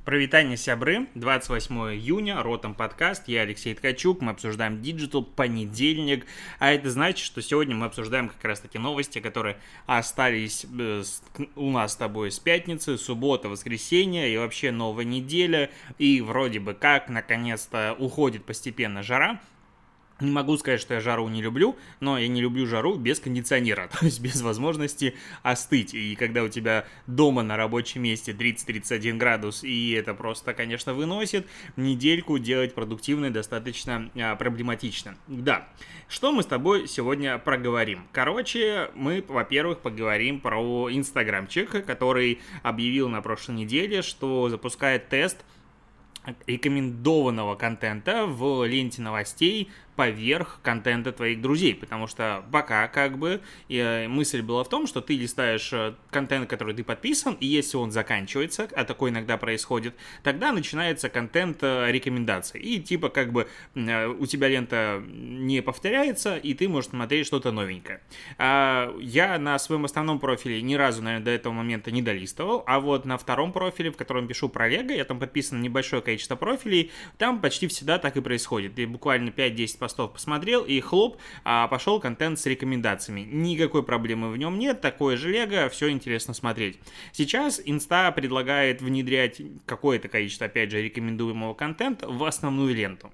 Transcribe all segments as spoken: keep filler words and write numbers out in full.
Провитание сябры, двадцать восьмое июня, Ротом подкаст, я Алексей Ткачук, мы обсуждаем диджитал, понедельник, а это значит, что сегодня мы обсуждаем как раз таки новости, которые остались у нас с тобой с пятницы, суббота, воскресенье и вообще новая неделя, и вроде бы как наконец-то уходит постепенно жара. Не могу сказать, что я жару не люблю, но я не люблю жару без кондиционера, то есть без возможности остыть. И когда у тебя дома на рабочем месте тридцать-тридцать один градус, и это просто, конечно, выносит, недельку делать продуктивно достаточно а, проблематично. Да, что мы с тобой сегодня проговорим? Короче, мы, во-первых, поговорим про инстаграмчик, который объявил на прошлой неделе, что запускает тест рекомендованного контента в ленте новостей поверх контента твоих друзей, потому что пока как бы э, мысль была в том, что ты листаешь э, контент, который ты подписан, и если он заканчивается, а такое иногда происходит, тогда начинается контент э, рекомендаций, и типа как бы э, у тебя лента не повторяется, и ты можешь смотреть что-то новенькое. А, я на своем основном профиле ни разу, наверное, до этого момента не долистывал, а вот на втором профиле, в котором пишу про Лего, я там подписан на небольшое количество профилей, там почти всегда так и происходит, и буквально пять-десять постов посмотрел, и хлоп, а пошел контент с рекомендациями. Никакой проблемы в нем нет, такое же Лего, все интересно смотреть. Сейчас Инста предлагает внедрять какое-то количество, опять же, рекомендуемого контента в основную ленту.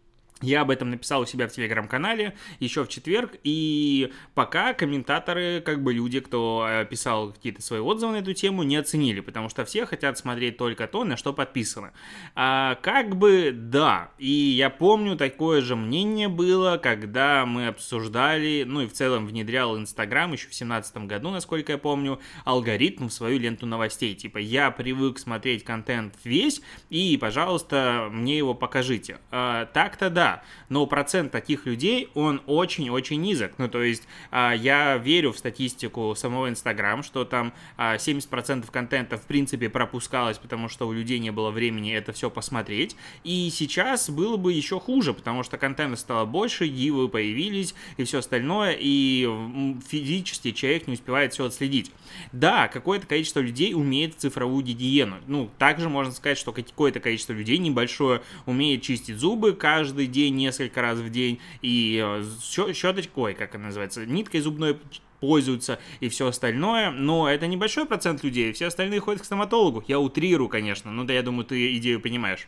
Я об этом написал у себя в телеграм-канале еще в четверг, и пока комментаторы, как бы люди, кто писал какие-то свои отзывы на эту тему, не оценили, потому что все хотят смотреть только то, на что подписано. А, как бы да, и я помню, такое же мнение было, когда мы обсуждали, ну и в целом внедрял Инстаграм еще в семнадцатом году, насколько я помню, алгоритм в свою ленту новостей. Типа я привык смотреть контент весь, и, пожалуйста, мне его покажите. А, так-то да. Но процент таких людей, он очень-очень низок. Ну, то есть, а, я верю в статистику самого Инстаграм, что там а, семьдесят процентов контента, в принципе, пропускалось, потому что у людей не было времени это все посмотреть. И сейчас было бы еще хуже, потому что контента стало больше, гивы появились и все остальное, и физически человек не успевает все отследить. Да, какое-то количество людей умеет цифровую гигиену. Ну, также можно сказать, что какое-то количество людей небольшое умеет чистить зубы каждый день, несколько раз в день, и щеточкой, как она называется, ниткой зубной пользуются и все остальное, но это небольшой процент людей, все остальные ходят к стоматологу. Я утрирую, конечно, но да, я думаю, ты идею понимаешь.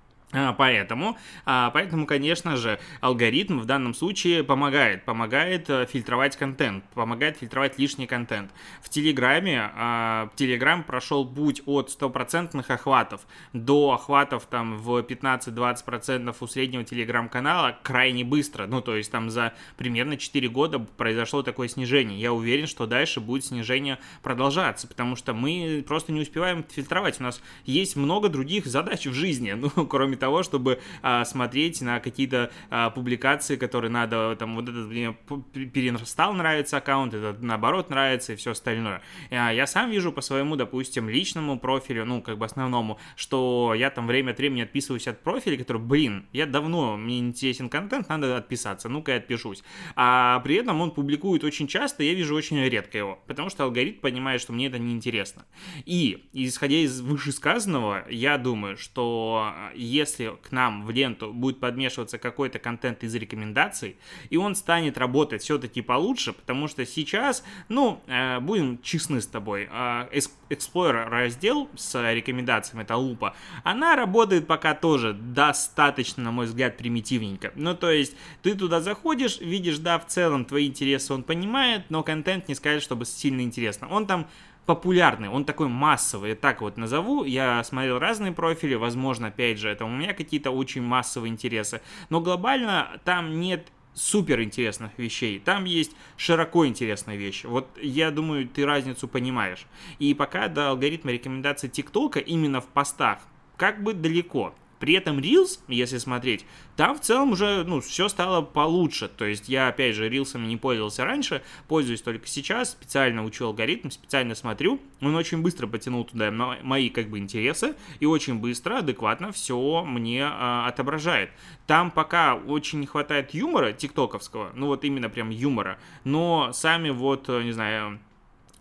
Поэтому, поэтому, конечно же, алгоритм в данном случае помогает, помогает фильтровать контент, помогает фильтровать лишний контент. В Телеграме, Телеграм прошел путь от стопроцентных охватов до охватов там в пятнадцать-двадцать процентов у среднего Телеграм-канала крайне быстро. Ну, то есть там за примерно четыре года произошло такое снижение. Я уверен, что дальше будет снижение продолжаться, потому что мы просто не успеваем фильтровать. У нас есть много других задач в жизни, ну, кроме того, того, чтобы а, смотреть на какие-то а, публикации, которые надо, там, вот этот мне перерастал, нравится аккаунт, этот, наоборот, нравится и все остальное. А, я сам вижу по своему, допустим, личному профилю, ну, как бы основному, что я там время от времени отписываюсь от профиля, который, блин, я давно, мне интересен контент, надо отписаться, ну-ка я отпишусь. А при этом он публикует очень часто, я вижу очень редко его, потому что алгоритм понимает, что мне это неинтересно. И, исходя из вышесказанного, я думаю, что если Если к нам в ленту будет подмешиваться какой-то контент из рекомендаций, и он станет работать все-таки получше, потому что сейчас, ну, э, будем честны с тобой, э, Explorer раздел с рекомендациями, это лупа, она работает пока тоже достаточно, на мой взгляд, примитивненько. Ну, то есть, ты туда заходишь, видишь, да, в целом твои интересы он понимает, но контент не сказать, чтобы сильно интересно. Он там популярный, он такой массовый, так вот назову. Я смотрел разные профили, возможно, опять же, это у меня какие-то очень массовые интересы, но глобально там нет супер интересных вещей, там есть широко интересные вещи. Вот я думаю, ты разницу понимаешь. И пока до алгоритма рекомендаций ТикТока именно в постах как бы далеко. При этом Reels, если смотреть, там в целом уже, ну, все стало получше. То есть я, опять же, рилсами не пользовался раньше, пользуюсь только сейчас, специально учу алгоритм, специально смотрю. Он очень быстро потянул туда мои, как бы, интересы и очень быстро, адекватно все мне а, отображает. Там пока очень не хватает юмора тиктоковского, ну вот именно прям юмора, но сами вот, не знаю,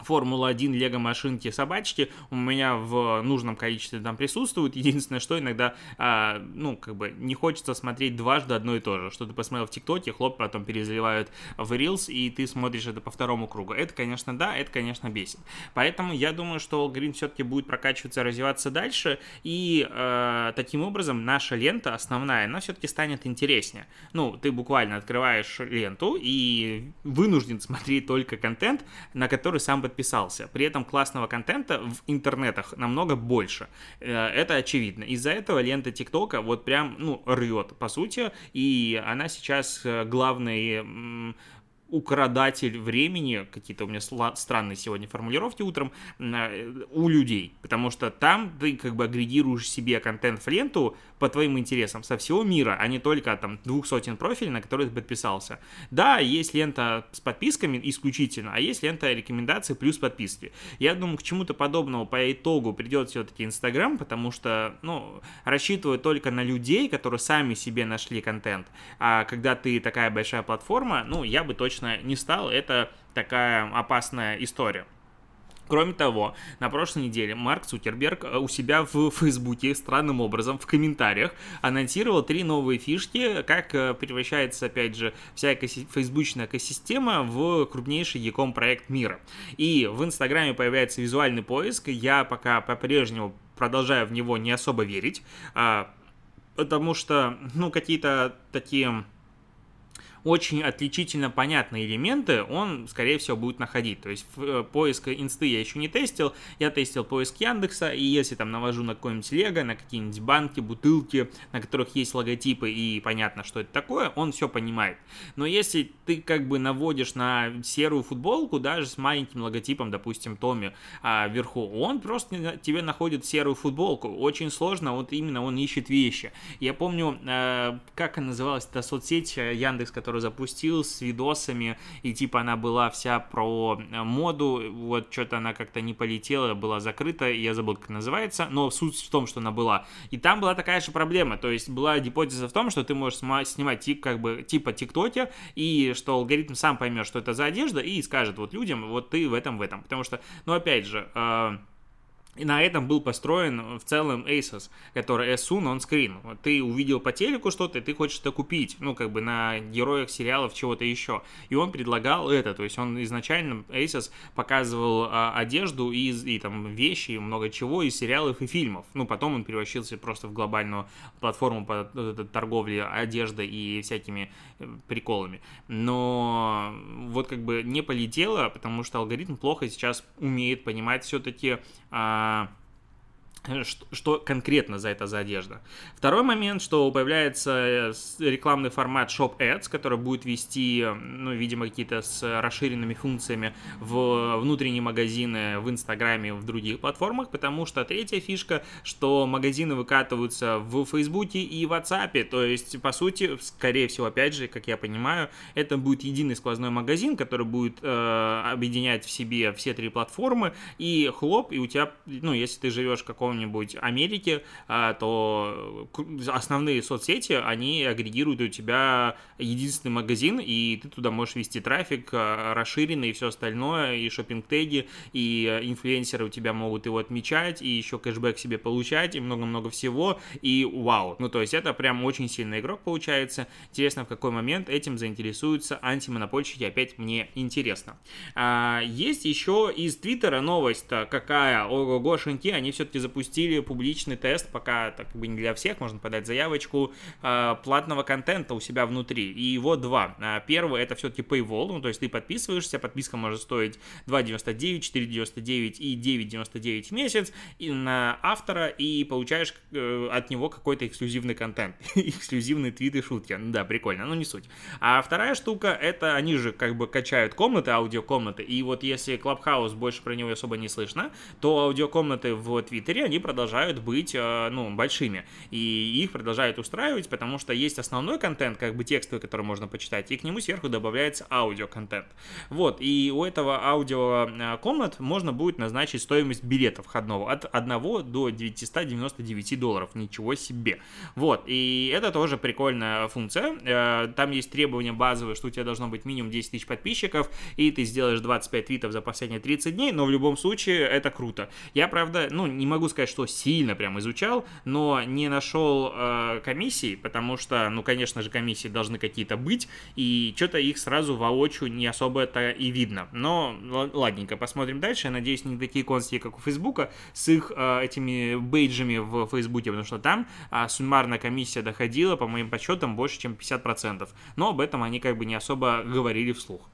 Формула один, Лего машинки, собачки у меня в нужном количестве там присутствуют. Единственное, что иногда, а, ну, как бы не хочется смотреть дважды одно и то же. Что ты посмотрел в ТикТоке, хлоп, потом перезаливают в Reels, и ты смотришь это по второму кругу. Это, конечно, да, это, конечно, бесит. Поэтому я думаю, что алгоритм все-таки будет прокачиваться, развиваться дальше, и э, таким образом наша лента основная, она все-таки станет интереснее. Ну, ты буквально открываешь ленту и вынужден смотреть только контент, на который сам подписался. подписался. При этом классного контента в интернетах намного больше. Это очевидно. Из-за этого лента ТикТока вот прям, ну, рвет, по сути, и она сейчас главный украдатель времени, какие-то у меня странные сегодня формулировки утром, у людей, потому что там ты как бы агрегируешь себе контент в ленту по твоим интересам со всего мира, а не только там двух сотен профилей, на которые ты подписался. Да, есть лента с подписками исключительно, а есть лента рекомендаций плюс подписки. Я думаю, к чему-то подобному по итогу придет все-таки Инстаграм, потому что, ну, рассчитывают только на людей, которые сами себе нашли контент, а когда ты такая большая платформа, ну, я бы точно не стал, это такая опасная история. Кроме того, на прошлой неделе Марк Цукерберг у себя в Фейсбуке странным образом в комментариях анонсировал три новые фишки, как превращается, опять же, вся экоси- фейсбучная экосистема в крупнейший e-com проект мира. И в Инстаграме появляется визуальный поиск, я пока по-прежнему продолжаю в него не особо верить, потому что, ну, какие-то такие очень отличительно понятные элементы он, скорее всего, будет находить. То есть поиск инсты я еще не тестил, я тестил поиск Яндекса, и если там навожу на какой-нибудь Лего, на какие-нибудь банки, бутылки, на которых есть логотипы и понятно, что это такое, он все понимает. Но если ты как бы наводишь на серую футболку, даже с маленьким логотипом, допустим, Томми а, вверху, он просто тебе находит серую футболку. Очень сложно, вот именно он ищет вещи. Я помню, а, как она называлась, эта соцсеть Яндекс, которая запустил с видосами, и типа она была вся про моду, вот что-то она как-то не полетела, была закрыта, я забыл, как называется, но суть в том, что она была. И там была такая же проблема, то есть была гипотеза в том, что ты можешь снимать тип, как бы, типа ТикТоке, и что алгоритм сам поймет, что это за одежда, и скажет вот людям, вот ты в этом, в этом. Потому что, ну опять же, э- И на этом был построен в целом Asos, который as soon on screen. Вот ты увидел по телеку что-то, и ты хочешь это купить, ну, как бы на героях сериалов чего-то еще. И он предлагал это, то есть он изначально, Asos, показывал а, одежду и, и там вещи, и много чего из сериалов и фильмов. Ну, потом он превращился просто в глобальную платформу по торговле одеждой и всякими приколами. Но вот как бы не полетело, потому что алгоритм плохо сейчас умеет понимать все-таки... Что, что конкретно за это за одежда. Второй момент, что появляется рекламный формат Shop Ads, который будет вести, ну, видимо, какие-то с расширенными функциями в внутренние магазины в Инстаграме, в других платформах, потому что третья фишка, что магазины выкатываются в Фейсбуке и в WhatsApp, то есть, по сути, скорее всего, опять же, как я понимаю, это будет единый сквозной магазин, который будет э, объединять в себе все три платформы, и хлоп, и у тебя, ну, если ты живешь в каком нибудь Америке, то основные соцсети, они агрегируют у тебя единственный магазин, и ты туда можешь вести трафик расширенный и все остальное, и шоппинг-теги, и инфлюенсеры у тебя могут его отмечать, и еще кэшбэк себе получать, и много-много всего, и вау. Ну, то есть это прям очень сильный игрок получается. Интересно, в какой момент этим заинтересуются антимонопольщики, опять мне интересно. А, есть еще из Твиттера новость-то какая, ого-гошеньки, они все-таки запустили Запустили публичный тест, пока так как бы не для всех, можно подать заявочку э, платного контента у себя внутри. И его два. Первый это все-таки Paywall, ну то есть ты подписываешься, подписка может стоить два девяносто девять, четыре девяносто девять и девять девяносто девять в месяц и на автора, и получаешь э, от него какой-то эксклюзивный контент. Эксклюзивные твиты, шутки. Да, прикольно, но не суть. А вторая штука, это они же как бы качают комнаты, аудиокомнаты, и вот если Clubhouse, больше про него особо не слышно, то аудиокомнаты в Твиттере, они они продолжают быть, ну, большими, и их продолжают устраивать, потому что есть основной контент, как бы текстовый, который можно почитать, и к нему сверху добавляется аудиоконтент. Вот, и у этого аудиокомнат можно будет назначить стоимость билета входного от одного до девятисот девяноста девяти долларов, ничего себе. Вот, и это тоже прикольная функция, там есть требования базовые, что у тебя должно быть минимум десять тысяч подписчиков, и ты сделаешь двадцать пять твитов за последние тридцать дней, но в любом случае это круто. Я, правда, ну, не могу сказать, что сильно прям изучал, но не нашел э, комиссий, потому что, ну, конечно же, комиссии должны какие-то быть, и что-то их сразу воочию не особо-то и видно. Но, ладненько, посмотрим дальше. Я надеюсь, не такие конские, как у Фейсбука, с их э, этими бейджами в Фейсбуке, потому что там э, суммарная комиссия доходила, по моим подсчетам, больше, чем пятьдесят процентов. Но об этом они как бы не особо говорили вслух.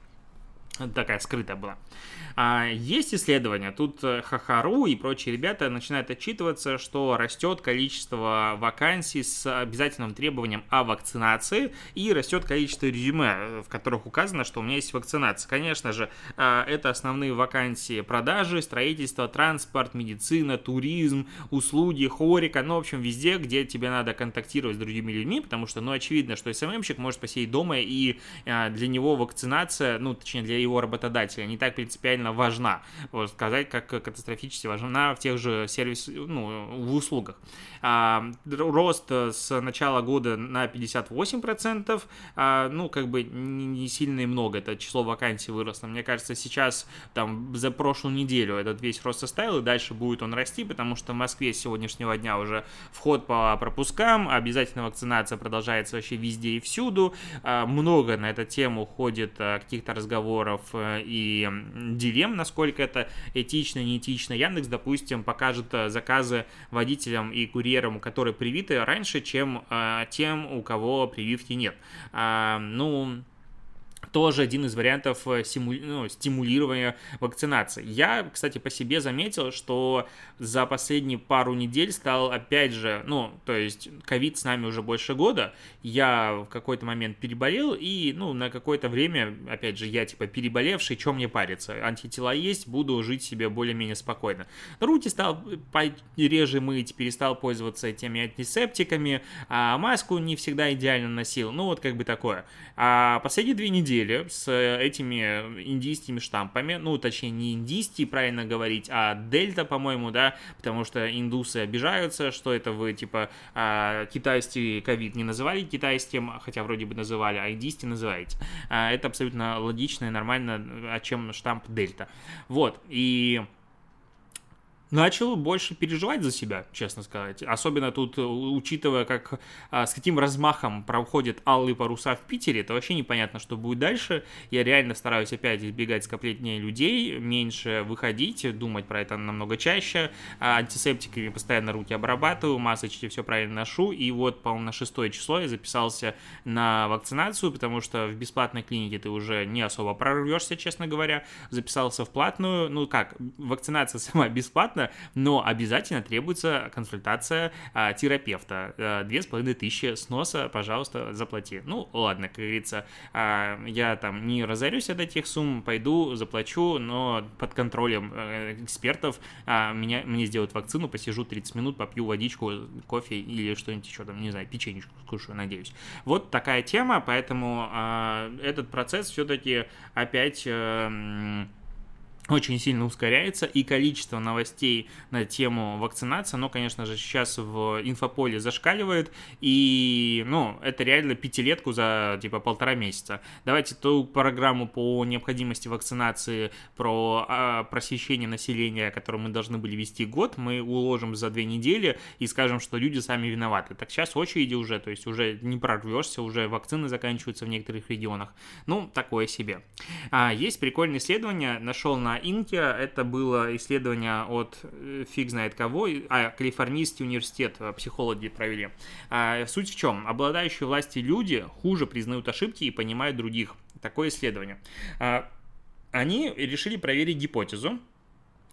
Такая скрытая была. А, есть исследования, тут Хахару и прочие ребята начинают отчитываться, что растет количество вакансий с обязательным требованием о вакцинации, и растет количество резюме, в которых указано, что у меня есть вакцинация. Конечно же, это основные вакансии: продажи, строительство, транспорт, медицина, туризм, услуги, хорика, ну, в общем, везде, где тебе надо контактировать с другими людьми, потому что, ну, очевидно, что эс эм эм-щик может посидеть дома, и для него вакцинация, ну, точнее, для его работодателя не так принципиально важна, вот, сказать, как катастрофически важна в тех же сервисах, ну, в услугах. А, рост с начала года на пятьдесят восемь процентов, а, ну, как бы не, не сильно и много, это число вакансий выросло. Мне кажется, сейчас, там, за прошлую неделю этот весь рост составил, и дальше будет он расти, потому что в Москве с сегодняшнего дня уже вход по пропускам, обязательно вакцинация продолжается вообще везде и всюду, а, много на эту тему ходит а, каких-то разговоров и дилемм, насколько это этично, неэтично. Яндекс, допустим, покажет заказы водителям и курьерам, которые привиты, раньше, чем э, тем, у кого прививки нет. А, ну... тоже один из вариантов симули... ну, стимулирования вакцинации. Я, кстати, по себе заметил, что за последние пару недель стал, опять же, ну, то есть ковид с нами уже больше года, я в какой-то момент переболел, и, ну, на какое-то время, опять же, я, типа, переболевший, что мне париться? Антитела есть, буду жить себе более-менее спокойно. Руки стал реже мыть, перестал пользоваться этими антисептиками, а маску не всегда идеально носил, ну, вот как бы такое. А последние две недели с этими индийскими штампами, ну, точнее, не индийские, правильно говорить, а дельта, по-моему, да, потому что индусы обижаются, что это вы, типа, китайский ковид не называли китайским, хотя вроде бы называли, а индийский называете. Это абсолютно логично и нормально, о чем штамп дельта. Вот, и... начал больше переживать за себя, честно сказать. Особенно тут, учитывая, как, с каким размахом проходят алые паруса в Питере, это вообще непонятно, что будет дальше. Я реально стараюсь опять избегать скопления людей, меньше выходить, думать про это намного чаще. Антисептиками постоянно руки обрабатываю, масочки все правильно ношу. И вот, по-моему, на шестое число я записался на вакцинацию, потому что в бесплатной клинике ты уже не особо прорвешься, честно говоря. Записался в платную. Ну как, вакцинация сама бесплатная, но обязательно требуется консультация а, терапевта. А, две с половиной тысячи с носа, пожалуйста, заплати. Ну, ладно, как говорится, а, я там не разорюсь от этих сумм, пойду, заплачу, но под контролем а, экспертов а, меня, мне сделают вакцину, посижу тридцать минут, попью водичку, кофе или что-нибудь еще там, не знаю, печенечку скушаю, надеюсь. Вот такая тема, поэтому а, этот процесс все-таки опять... А, очень сильно ускоряется, и количество новостей на тему вакцинации, оно, конечно же, сейчас в инфополе зашкаливает, и, ну, это реально пятилетку за, типа, полтора месяца. Давайте ту программу по необходимости вакцинации, про а, просвещение населения, которую мы должны были вести год, мы уложим за две недели и скажем, что люди сами виноваты. Так сейчас очереди уже, то есть уже не прорвешься, уже вакцины заканчиваются в некоторых регионах. Ну, такое себе. А, есть прикольное исследование, нашел на Инке, это было исследование от фиг знает кого, а Калифорнийский университет психологи провели. А, суть в чем? Обладающие властью люди хуже признают ошибки и понимают других. Такое исследование. А, они решили проверить гипотезу,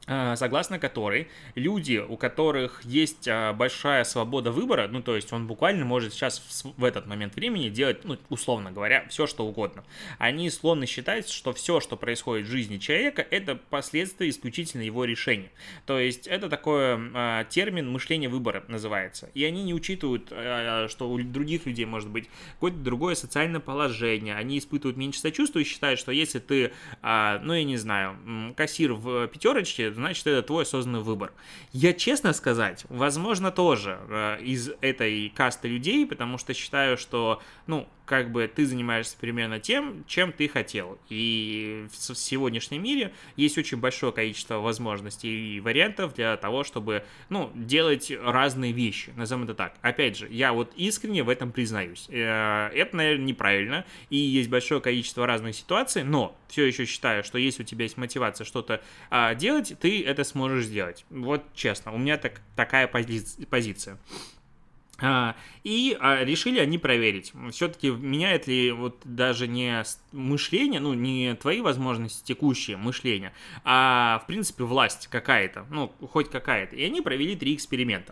согласно которой люди, у которых есть большая свобода выбора, ну, то есть он буквально может сейчас в этот момент времени делать, ну, условно говоря, все, что угодно, они склонны считать, что все, что происходит в жизни человека, это последствия исключительно его решения. То есть это такой э, термин мышления выбора называется. И они не учитывают, э, что у других людей может быть какое-то другое социальное положение, они испытывают меньше сочувствия и считают, что если ты, э, ну, я не знаю, кассир в пятерочке, значит, это твой осознанный выбор. Я, честно сказать, возможно, тоже э, из этой касты людей, потому что считаю, что, ну, как бы ты занимаешься примерно тем, чем ты хотел. И в сегодняшнем мире есть очень большое количество возможностей и вариантов для того, чтобы, ну, делать разные вещи, назовем это так. Опять же, я вот искренне в этом признаюсь. Это, наверное, неправильно, и есть большое количество разных ситуаций, но все еще считаю, что если у тебя есть мотивация что-то а, делать, ты это сможешь сделать. Вот честно, у меня так, такая пози- позиция. А, и а, решили они проверить, все-таки меняет ли вот даже не мышление, ну, не твои возможности текущие мышления, а, в принципе, власть какая-то, ну, хоть какая-то. И они провели три эксперимента.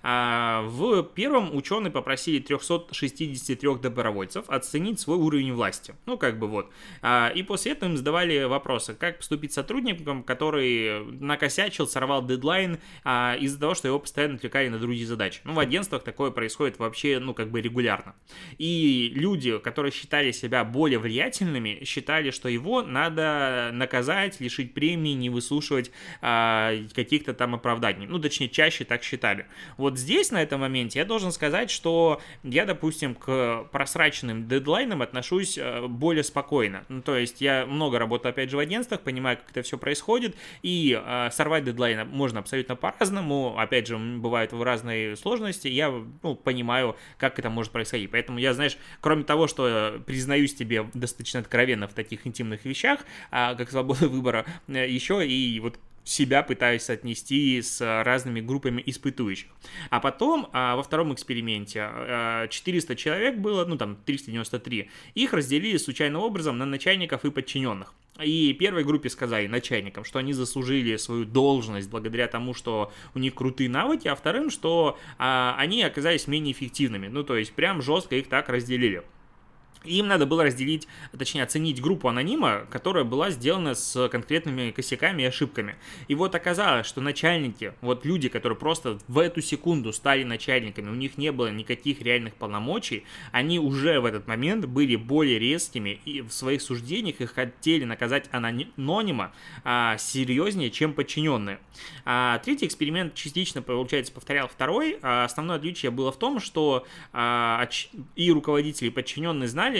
А, в первом ученые попросили триста шестьдесят три добровольцев оценить свой уровень власти. Ну, как бы вот. А, и после этого им задавали вопросы, как поступить сотрудникам, который накосячил, сорвал дедлайн а, из-за того, что его постоянно отвлекали на другие задачи. Ну, в агентствах такое происходит вообще, ну, как бы регулярно. И люди, которые считали себя более влиятельными, считали, что его надо наказать, лишить премии, не выслушивать а, каких-то там оправданий. Ну, точнее, чаще так считали. Вот здесь, на этом моменте, я должен сказать, что я, допустим, к просраченным дедлайнам отношусь более спокойно. Ну, то есть я много работаю, опять же, в агентствах, понимаю, как это все происходит, и а, сорвать дедлайн можно абсолютно по-разному. Опять же, бывают разные сложности. Я, ну, понимаю, как это может происходить. Поэтому я, знаешь, кроме того, что признаюсь тебе достаточно откровенно в таких интимных вещах, а, как свобода выбора, еще и вот себя пытаюсь отнести с разными группами испытующих. А потом, а, во втором эксперименте а, четыреста человек было, ну там триста девяносто три, их разделили случайным образом на начальников и подчиненных. И первой группе сказали, начальникам, что они заслужили свою должность благодаря тому, что у них крутые навыки, а вторым, что а, они оказались менее эффективными. Ну, то есть, прям жестко их так разделили. Им надо было разделить, точнее оценить группу анонима, которая была сделана с конкретными косяками и ошибками. И вот оказалось, что начальники, вот люди, которые просто в эту секунду стали начальниками, у них не было никаких реальных полномочий, они уже в этот момент были более резкими и в своих суждениях их хотели наказать анонима а, серьезнее, чем подчиненные. А, третий эксперимент частично, получается, повторял второй. А основное отличие было в том, что а, и руководители, и подчиненные знали,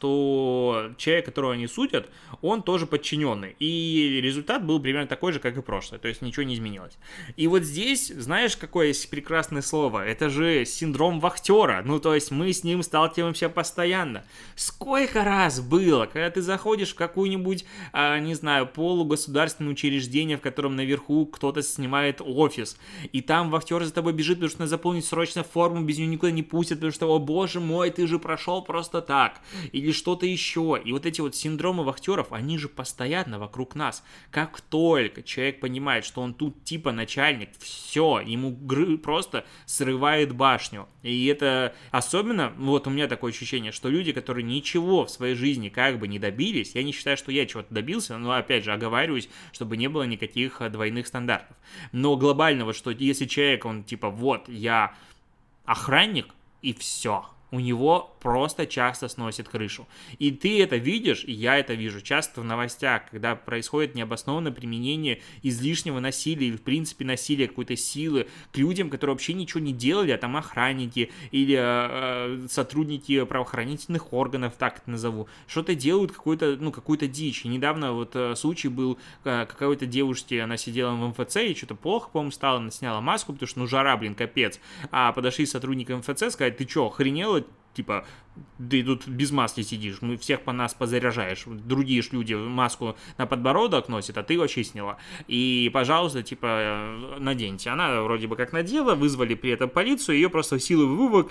что человек, которого они судят, он тоже подчиненный. И результат был примерно такой же, как и прошлый. То есть ничего не изменилось. И вот здесь, знаешь, какое есть прекрасное слово? Это же синдром вахтера. Ну, то есть мы с ним сталкиваемся постоянно. Сколько раз было, когда ты заходишь в какую-нибудь, а, не знаю, полугосударственное учреждение, в котором наверху кто-то снимает офис, и там вахтер за тобой бежит, потому что надо заполнить срочно форму, без нее никуда не пустят, потому что, о боже мой, ты же прошел просто так. Или что-то еще. И вот эти вот синдромы вахтеров, они же постоянно вокруг нас. Как только человек понимает, что он тут типа начальник, все, ему гры просто срывает башню. И это особенно, вот у меня такое ощущение, что люди, которые ничего в своей жизни как бы не добились, я не считаю, что я чего-то добился, но опять же оговариваюсь, чтобы не было никаких двойных стандартов. Но глобально вот, что если человек, он типа вот, я охранник и все, у него просто часто сносит крышу. И ты это видишь, и я это вижу часто в новостях, когда происходит необоснованное применение излишнего насилия или, в принципе, насилия какой-то силы к людям, которые вообще ничего не делали, а там охранники или э, сотрудники правоохранительных органов, так это назову, что-то делают, какую-то, ну, какую-то дичь. И недавно вот э, случай был, э, какой-то девушке, она сидела в эм эф цэ, и что-то плохо, по-моему, стало, она сняла маску, потому что, ну, жара, блин, капец. А подошли сотрудники эм эф цэ, сказать, ты что, охренела? типа, ты тут без маски сидишь, мы всех по нас позаряжаешь, другие ж люди маску на подбородок носят, а ты вообще сняла. И, пожалуйста, типа, наденьте. Она вроде бы как надела, вызвали при этом полицию, ее просто силой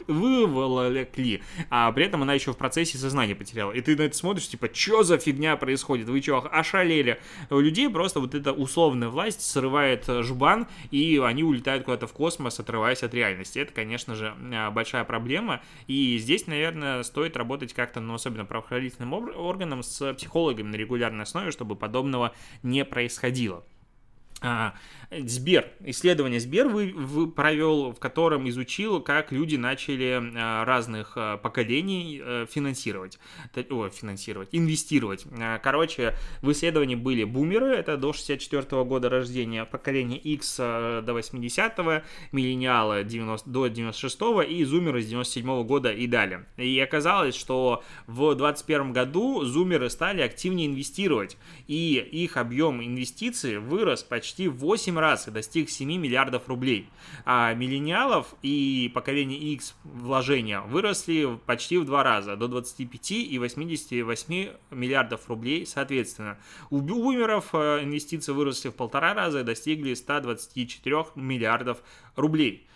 выволокли, а при этом она еще в процессе сознания потеряла. И ты на это смотришь, типа, что за фигня происходит, вы что, ошалели? У людей просто вот эта условная власть срывает жбан, и они улетают куда-то в космос, отрываясь от реальности. Это, конечно же, большая проблема, и здесь, наверное, стоит работать как-то, ну, особенно правоохранительным органам, с психологами на регулярной основе, чтобы подобного не происходило. А, Сбер, исследование Сбер вы, вы провел, в котором изучил, как люди начали а, разных а, поколений а, финансировать, о, финансировать, инвестировать. А, короче, в исследовании были бумеры, это до шестьдесят четвёртого года рождения, поколение X а, до восьмидесятого, миллениалы девяносто, до девяносто шестого и зумеры с девяносто седьмого года и далее. И оказалось, что в двадцать первом году зумеры стали активнее инвестировать, и их объем инвестиций вырос почти почти в восемь раз и достиг семь миллиардов рублей. А миллениалов и поколение X вложения выросли почти в два раза, до двадцати пяти и восьмидесяти восьми миллиардов рублей соответственно. У бумеров инвестиции выросли в полтора раза и достигли ста двадцати четырёх миллиардов рублей.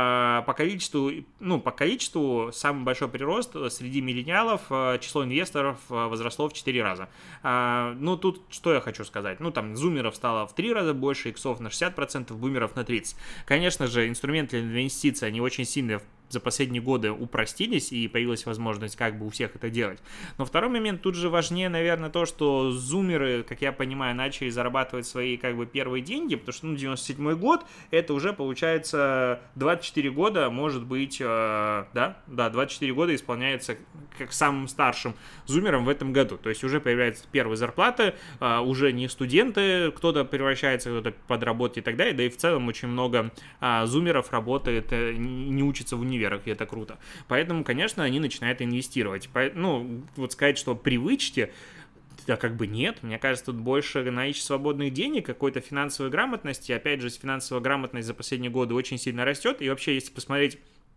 А по количеству, ну, по количеству самый большой прирост среди миллениалов, число инвесторов возросло в четыре раза. А, ну, тут что я хочу сказать? Ну, там, зумеров стало в три раза больше, иксов на шестьдесят процентов, бумеров на тридцать процентов. Конечно же, инструменты для инвестиций, они очень сильно за последние годы упростились, и появилась возможность как бы у всех это делать. Но второй момент, тут же важнее, наверное, то, что зумеры, как я понимаю, начали зарабатывать свои как бы первые деньги, потому что, ну, девяносто седьмой год, это уже получается двадцать четыре года, может быть, э, да, да, двадцать четыре года исполняется как самым старшим зумером в этом году. То есть уже появляются первые зарплаты, э, уже не студенты, кто-то превращается, кто-то под работе и так далее, да и в целом очень много э, зумеров работает, э, не учатся в университете, и это круто. Поэтому, конечно, они начинают инвестировать. Ну, вот сказать, что привычки, да как бы нет. Мне кажется, тут больше наличие свободных денег, какой-то финансовой грамотности. Опять же, финансовая грамотность за последние годы очень сильно растет. И вообще, если посмотреть,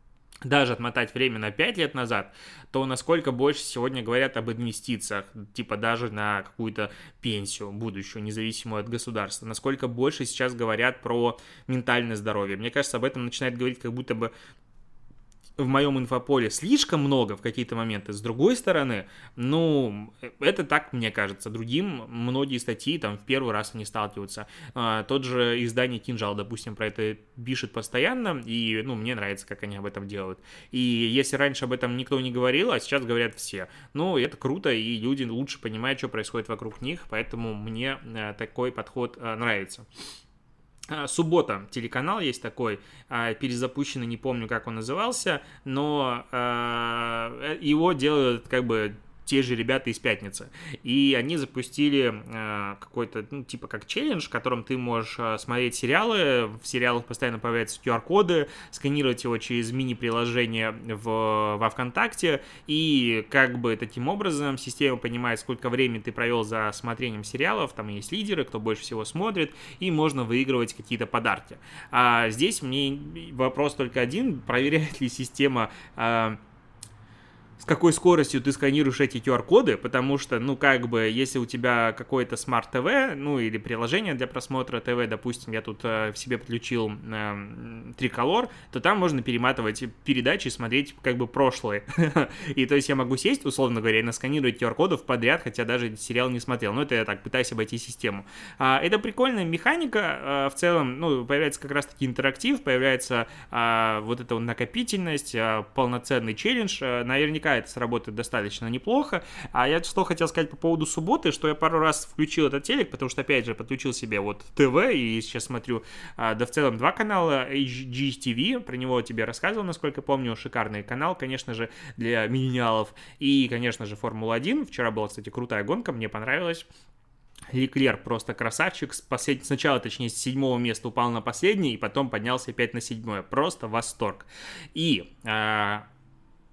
даже отмотать время на пять лет назад, то насколько больше сегодня говорят об инвестициях, типа даже на какую-то пенсию будущую, независимую от государства, насколько больше сейчас говорят про ментальное здоровье. Мне кажется, об этом начинает говорить как будто бы в моем инфополе слишком много в какие-то моменты. С другой стороны, ну, это так мне кажется. Другим многие статьи там в первый раз не сталкиваются. А, тот же издание «Кинжал», допустим, про это пишет постоянно, и, ну, мне нравится, как они об этом делают. И если раньше об этом никто не говорил, а сейчас говорят все, ну, это круто, и люди лучше понимают, что происходит вокруг них, поэтому мне а, такой подход а, нравится. Суббота, телеканал есть такой, перезапущенный, не помню, как он назывался, но его делают как бы те же ребята из «Пятницы». И они запустили э, какой-то, ну, типа как челлендж, в котором ты можешь э, смотреть сериалы, в сериалах постоянно появляются ку ар-коды, сканировать его через мини-приложение в, во ВКонтакте, и как бы таким образом система понимает, сколько времени ты провел за смотрением сериалов, там есть лидеры, кто больше всего смотрит, и можно выигрывать какие-то подарки. А здесь мне вопрос только один, проверяет ли система э, с какой скоростью ты сканируешь эти ку ар-коды, потому что, ну, как бы, если у тебя какое-то смарт-ТВ, ну, или приложение для просмотра ТВ, допустим, я тут э, в себе подключил э, Триколор, то там можно перематывать передачи и смотреть, как бы, прошлые. И, то есть, я могу сесть, условно говоря, и насканировать ку ар-кодов подряд, хотя даже сериал не смотрел. Ну, это я так пытаюсь обойти систему. А, это прикольная механика, а, в целом, ну, появляется как раз-таки интерактив, появляется а, вот эта вот накопительность, а, полноценный челлендж, а, наверняка это сработает достаточно неплохо. А я что хотел сказать по поводу субботы, что я пару раз включил этот телек, потому что, опять же, подключил себе вот ТВ, и сейчас смотрю, да в целом два канала, эйч джи ти ви, про него я тебе рассказывал, насколько помню, шикарный канал, конечно же, для миллениалов, и, конечно же, Формула один, вчера была, кстати, крутая гонка, мне понравилось. Леклер просто красавчик, Послед... сначала, точнее, с седьмого места упал на последний, и потом поднялся опять на седьмое, просто восторг. И... А...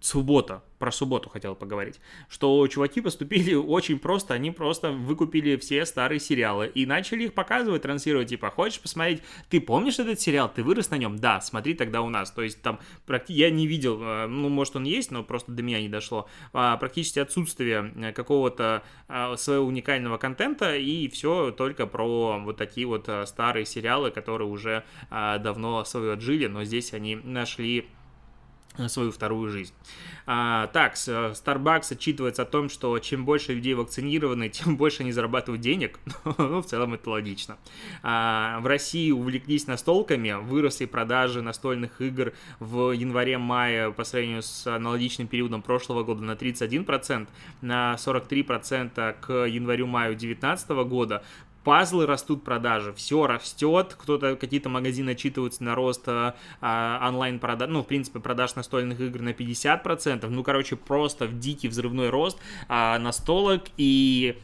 суббота, про субботу хотел поговорить, что чуваки поступили очень просто, они просто выкупили все старые сериалы и начали их показывать, транслировать, типа, хочешь посмотреть, ты помнишь этот сериал, ты вырос на нем, да, смотри тогда у нас, то есть там, я не видел, ну, может он есть, но просто до меня не дошло, практически отсутствие какого-то своего уникального контента и все только про вот такие вот старые сериалы, которые уже давно свою отжили, но здесь они нашли свою вторую жизнь. А, так, Starbucks отчитывается о том, что чем больше людей вакцинированы, тем больше они зарабатывают денег. Ну, в целом это логично. А, в России увлеклись настолками, выросли продажи настольных игр в январе-мае по сравнению с аналогичным периодом прошлого года на тридцать один процент, на сорок три процента к январю-маю две тысячи девятнадцатого года. Пазлы растут продажи, все растет, кто-то, какие-то магазины отчитываются на рост а, онлайн-продаж, ну, в принципе, продаж настольных игр на пятьдесят процентов, ну, короче, просто в дикий взрывной рост а, настолок, и,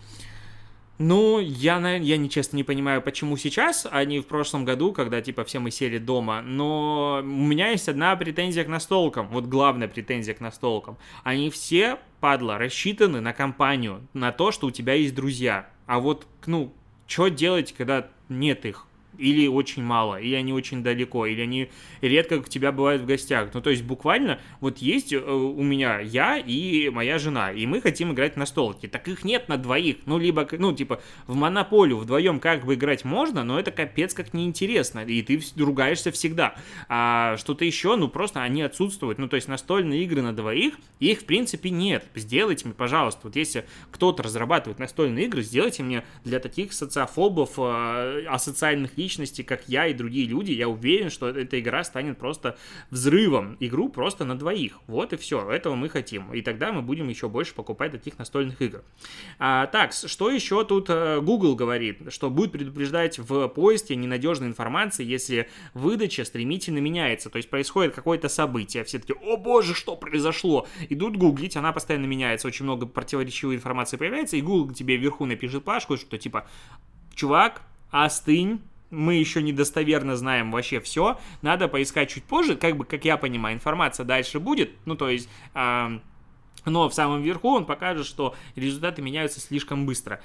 ну, я, я не, честно не понимаю, почему сейчас, а не в прошлом году, когда, типа, все мы сели дома, но у меня есть одна претензия к настолкам, вот главная претензия к настолкам, они все, падла, рассчитаны на компанию, на то, что у тебя есть друзья, а вот, ну, что делать, когда нет их? Или очень мало, или они очень далеко, или они редко у тебя бывают в гостях. Ну, то есть, буквально, вот есть у меня я и моя жена, и мы хотим играть на столке. Так их нет на двоих. Ну, либо, ну, типа, в монополию вдвоем как бы играть можно, но это капец как неинтересно, и ты ругаешься всегда. А что-то еще, ну, просто они отсутствуют. Ну, то есть, настольные игры на двоих, их, в принципе, нет. Сделайте мне, пожалуйста, вот если кто-то разрабатывает настольные игры, сделайте мне для таких социофобов, асоциальных личностей, как я и другие люди, я уверен, что эта игра станет просто взрывом. Игру просто на двоих. Вот и все. Этого мы хотим. И тогда мы будем еще больше покупать таких настольных игр. А, так, что еще тут Google говорит? Что будет предупреждать в поиске ненадежной информации, если выдача стремительно меняется. То есть происходит какое-то событие. Все таки: о боже, что произошло? Идут гуглить, она постоянно меняется. Очень много противоречивой информации появляется. И Google тебе вверху напишет плашку, что типа: чувак, остынь. Мы еще недостоверно знаем вообще все, надо поискать чуть позже, как бы, как я понимаю, информация дальше будет, ну, то есть, э, но в самом верху он покажет, что результаты меняются слишком быстро.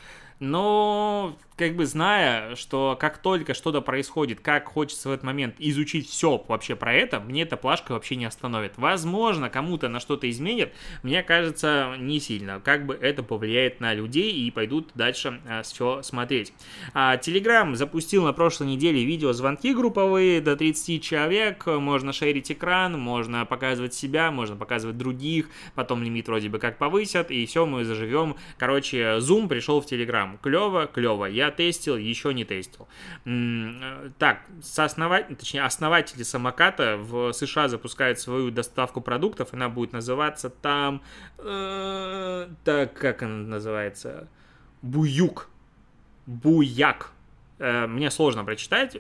Но, как бы, зная, что как только что-то происходит, как хочется в этот момент изучить все вообще про это, мне эта плашка вообще не остановит. Возможно, кому-то на что-то изменит, мне кажется, не сильно. Как бы это повлияет на людей и пойдут дальше а, все смотреть. А, Telegram запустил на прошлой неделе видеозвонки групповые до тридцати человек. Можно шерить экран, можно показывать себя, можно показывать других, потом лимит вроде бы как повысят, и все, мы заживем. Короче, Zoom пришел в Telegram. Клево, клево. Я тестил, еще не тестил. Так, сооснователь, точнее, основатели самоката в США запускают свою доставку продуктов. Она будет называться там... Э, так, как она называется? Буюк. Буяк. Э, мне сложно прочитать.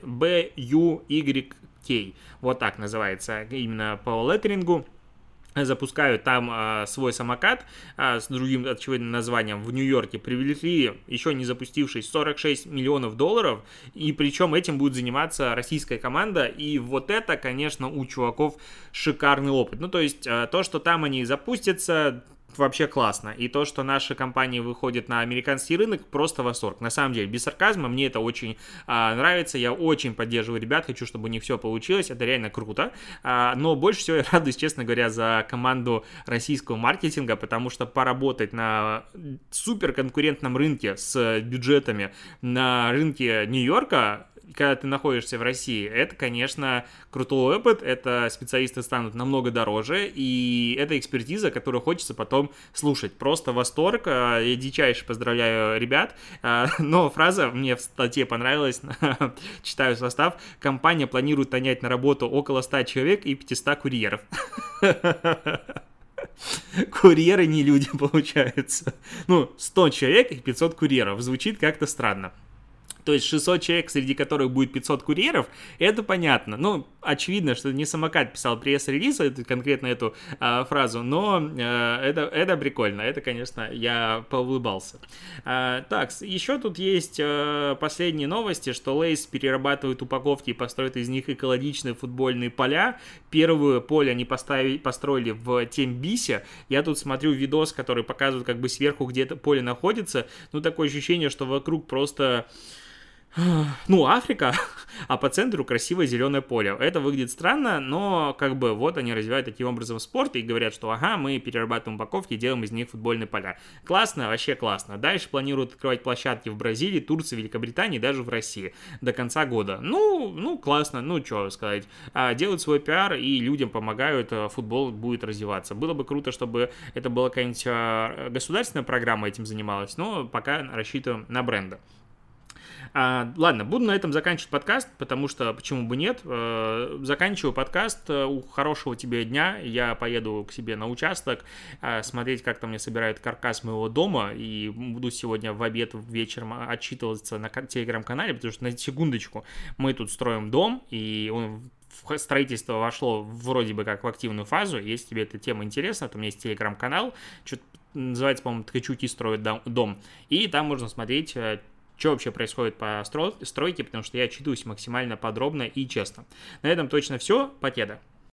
Б-Ю-Y-К. Вот так называется именно по леттерингу. Запускают там а, свой самокат а, с другим очевидным названием в Нью-Йорке, привлекли еще не запустившись сорок шесть миллионов долларов, и причем этим будет заниматься российская команда, и вот это, конечно, у чуваков шикарный опыт. Ну, то есть, а, то, что там они запустятся, вообще классно. И то, что наши компании выходят на американский рынок, просто восторг. На самом деле, без сарказма, мне это очень а, нравится. Я очень поддерживаю ребят, хочу, чтобы у них все получилось. Это реально круто. А, но больше всего я радуюсь, честно говоря, за команду российского маркетинга, потому что поработать на суперконкурентном рынке с бюджетами на рынке Нью-Йорка, когда ты находишься в России, это, конечно, крутой опыт, это специалисты станут намного дороже, и это экспертиза, которую хочется потом слушать. Просто восторг, я дичайше поздравляю ребят, но фраза мне в статье понравилась, читаю состав: компания планирует нанять на работу около ста человек и пятисот курьеров. Курьеры не люди, получается. Ну, сто человек и пятьсот курьеров, звучит как-то странно. То есть шестьсот человек, среди которых будет пятьсот курьеров, это понятно. Ну, очевидно, что не самокат писал пресс-релиз, эту, конкретно эту а, фразу, но а, это, это прикольно, это, конечно, я поулыбался. А, так, еще тут есть а, последние новости, что Лейс перерабатывает упаковки и построит из них экологичные футбольные поля. Первое поле они поставили, построили в Тембисе. Я тут смотрю видос, который показывает как бы сверху, где это поле находится. Ну, такое ощущение, что вокруг просто... Ну, Африка, а по центру красивое зеленое поле. Это выглядит странно, но как бы вот они развивают таким образом спорт и говорят, что ага, мы перерабатываем упаковки и делаем из них футбольные поля. Классно, вообще классно. Дальше планируют открывать площадки в Бразилии, Турции, Великобритании, даже в России до конца года. Ну, ну классно, ну что сказать. Делают свой пиар и людям помогают, футбол будет развиваться. Было бы круто, чтобы это была какая-нибудь государственная программа этим занималась, но пока рассчитываем на бренды. А, ладно, буду на этом заканчивать подкаст, потому что почему бы нет. А, заканчиваю подкаст. У хорошего тебе дня. Я поеду к себе на участок а, смотреть, как там мне собирают каркас моего дома. И буду сегодня в обед вечером отчитываться на телеграм-канале, потому что, на секундочку, мы тут строим дом, и он... строительство вошло вроде бы как в активную фазу. Если тебе эта тема интересна, то у меня есть телеграм-канал, что-то называется, по-моему, «Ткачуки строят дом». И там можно смотреть, что вообще происходит по стройке, потому что я отчитываюсь максимально подробно и честно. На этом точно все. Покеда.